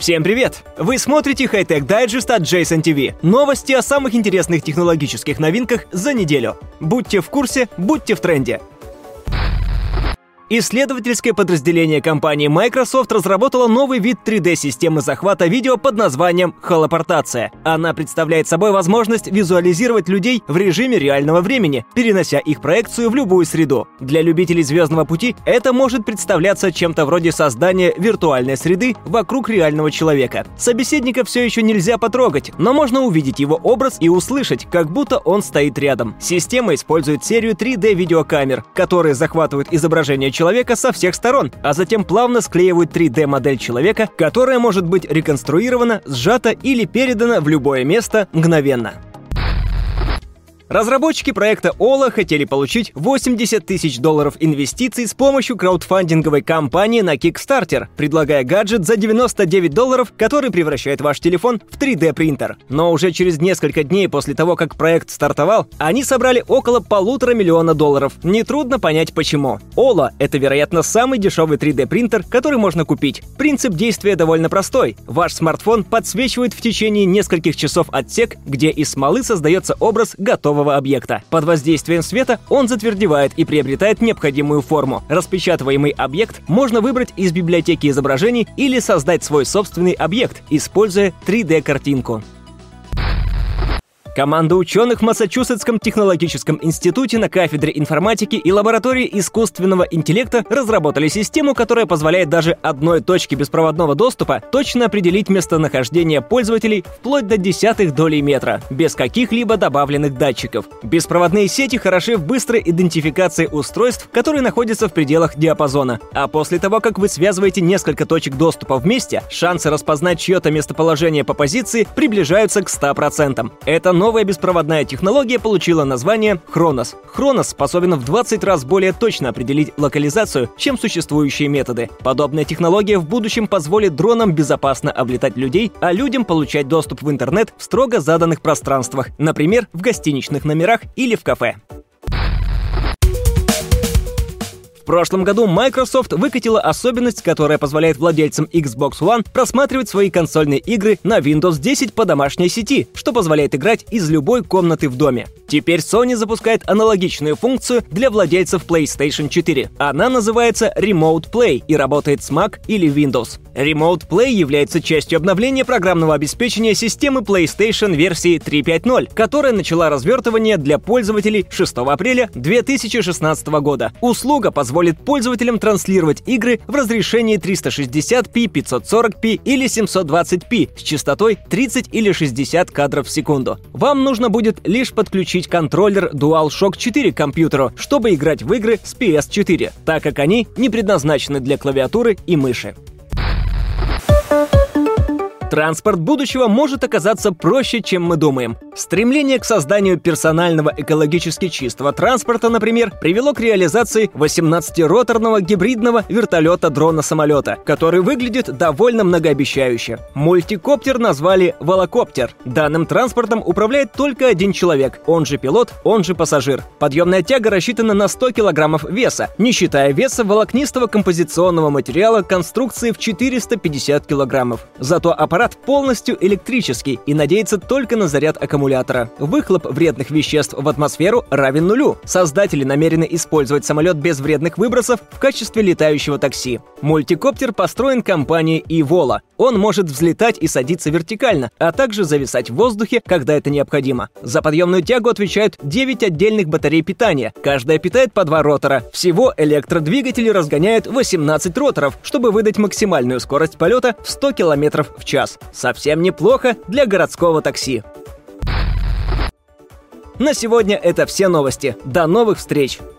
Всем привет! Вы смотрите High-Tech Digest от Jason TV. Новости о самых интересных технологических новинках за неделю. Будьте в курсе, будьте в тренде. Исследовательское подразделение компании Microsoft разработало новый вид 3D-системы захвата видео под названием холопортация. Она представляет собой возможность визуализировать людей в режиме реального времени, перенося их проекцию в любую среду. Для любителей «Звездного пути» это может представляться чем-то вроде создания виртуальной среды вокруг реального человека. Собеседника все еще нельзя потрогать, но можно увидеть его образ и услышать, как будто он стоит рядом. Система использует серию 3D-видеокамер, которые захватывают изображение человека со всех сторон, а затем плавно склеивают 3D-модель человека, которая может быть реконструирована, сжата или передана в любое место мгновенно. Разработчики проекта Ola хотели получить $80 тысяч инвестиций с помощью краудфандинговой кампании на Kickstarter, предлагая гаджет за $99, который превращает ваш телефон в 3D-принтер. Но уже через несколько дней после того, как проект стартовал, они собрали около $1,5 миллиона. Нетрудно понять почему. Ola — это, вероятно, самый дешевый 3D-принтер, который можно купить. Принцип действия довольно простой. Ваш смартфон подсвечивает в течение нескольких часов отсек, где из смолы создается образ готового объекта. Под воздействием света он затвердевает и приобретает необходимую форму. Распечатываемый объект можно выбрать из библиотеки изображений или создать свой собственный объект, используя 3D-картинку. Команда ученых в Массачусетском технологическом институте на кафедре информатики и лаборатории искусственного интеллекта разработали систему, которая позволяет даже одной точке беспроводного доступа точно определить местонахождение пользователей вплоть до десятых долей метра, без каких-либо добавленных датчиков. Беспроводные сети хороши в быстрой идентификации устройств, которые находятся в пределах диапазона. А после того, как вы связываете несколько точек доступа вместе, шансы распознать чье-то местоположение по позиции приближаются к 100%. Это новая беспроводная технология получила название Хронос. Хронос способен в 20 раз более точно определить локализацию, чем существующие методы. Подобная технология в будущем позволит дронам безопасно облетать людей, а людям получать доступ в интернет в строго заданных пространствах, например, в гостиничных номерах или в кафе. В прошлом году Microsoft выкатила особенность, которая позволяет владельцам Xbox One просматривать свои консольные игры на Windows 10 по домашней сети, что позволяет играть из любой комнаты в доме. Теперь Sony запускает аналогичную функцию для владельцев PlayStation 4. Она называется Remote Play и работает с Mac или Windows. Remote Play является частью обновления программного обеспечения системы PlayStation версии 3.5.0, которая начала развертывание для пользователей 6 апреля 2016 года. Услуга позволит пользователям транслировать игры в разрешении 360p, 540p или 720p с частотой 30 или 60 кадров в секунду. Вам нужно будет лишь подключить контроллер DualShock 4 к компьютеру, чтобы играть в игры с PS4, так как они не предназначены для клавиатуры и мыши. Транспорт будущего может оказаться проще, чем мы думаем. Стремление к созданию персонального экологически чистого транспорта, например, привело к реализации 18-роторного гибридного вертолета-дрона-самолета, который выглядит довольно многообещающе. Мультикоптер назвали «Волокоптер». Данным транспортом управляет только один человек, он же пилот, он же пассажир. Подъемная тяга рассчитана на 100 килограммов веса, не считая веса волокнистого композиционного материала конструкции в 450 килограммов. Зато аппарат полностью электрический и надеется только на заряд аккумулятора. Выхлоп вредных веществ в атмосферу равен нулю. Создатели намерены использовать самолет без вредных выбросов в качестве летающего такси. Мультикоптер построен компанией Evola. Он может взлетать и садиться вертикально, а также зависать в воздухе, когда это необходимо. За подъемную тягу отвечают 9 отдельных батарей питания. Каждая питает по 2 ротора. Всего электродвигатели разгоняют 18 роторов, чтобы выдать максимальную скорость полета в 100 км в час. Совсем неплохо для городского такси. На сегодня это все новости. До новых встреч!